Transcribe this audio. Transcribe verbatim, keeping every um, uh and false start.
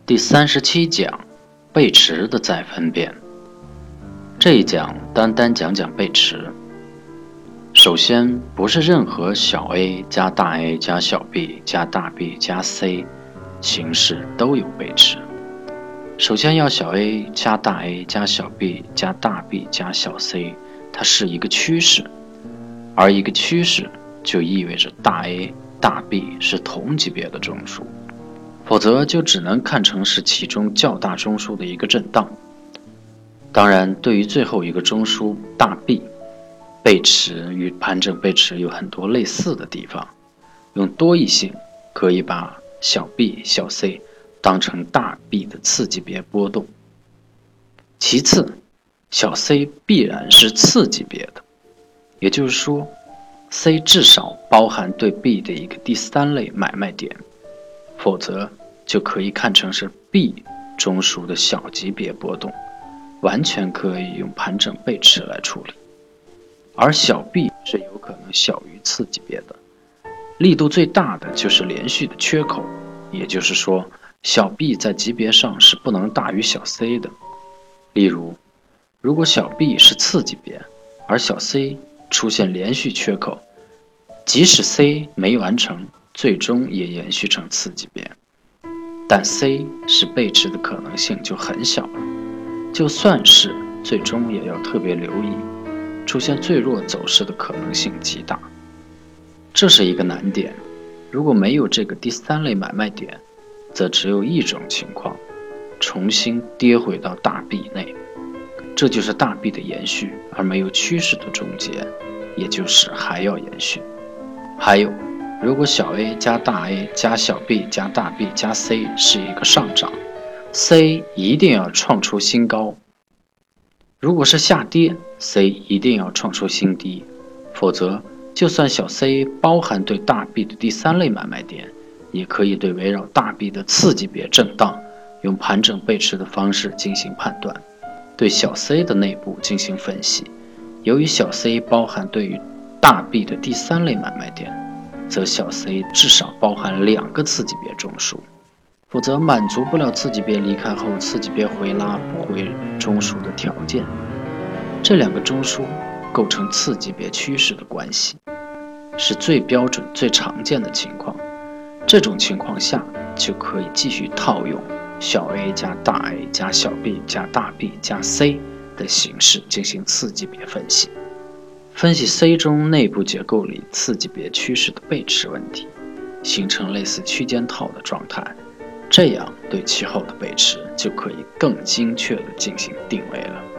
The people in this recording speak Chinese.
第三十七讲，背驰的再分辨。这一讲单单讲讲背驰。首先，不是任何小 a 加大 A 加小 b 加大 B 加 C 形式都有背驰。首先要小 a 加大 A 加小 b 加大 B 加小 C， 它是一个趋势，而一个趋势就意味着大 A 大 B 是同级别的中枢，否则就只能看成是其中较大中枢的一个震荡。当然，对于最后一个中枢大 B， 背驰与盘整背驰有很多类似的地方。用多义性可以把小 b 小 c 当成大 B 的次级别波动。其次，小 c 必然是次级别的，也就是说 C 至少包含对 B 的一个第三类买卖点，否则就可以看成是 B 中枢的小级别波动，完全可以用盘整背驰来处理。而小 b 是有可能小于次级别的，力度最大的就是连续的缺口，也就是说小 b 在级别上是不能大于小 c 的。例如，如果小 b 是次级别，而小 c 出现连续缺口，即使 C 没完成，最终也延续成次级别，但 C 是背驰的可能性就很小了。就算是，最终也要特别留意，出现最弱走势的可能性极大。这是一个难点，如果没有这个第三类买卖点，则只有一种情况，重新跌回到大 B 内，这就是大 B 的延续，而没有趋势的终结，也就是还要延续。还有，如果小 a 加大 A 加小 b 加大 B 加 C 是一个上涨， C 一定要创出新高。如果是下跌， C 一定要创出新低，否则就算小 C 包含对大 B 的第三类买卖点，也可以对围绕大 B 的次级别震荡用盘整背驰的方式进行判断，对小 C 的内部进行分析。由于小 C 包含对于大 B 的第三类买卖点，则小 C 至少包含两个次级别中枢，否则满足不了次级别离开后次级别回拉不回中枢的条件。这两个中枢构成次级别趋势的关系，是最标准最常见的情况。这种情况下就可以继续套用小 a 加大 A 加小 b 加大 B 加 C 的形式进行次级别分析，分析 C 中内部结构里次级别趋势的背驰问题，形成类似区间套的状态，这样对其后的背驰就可以更精确地进行定位了。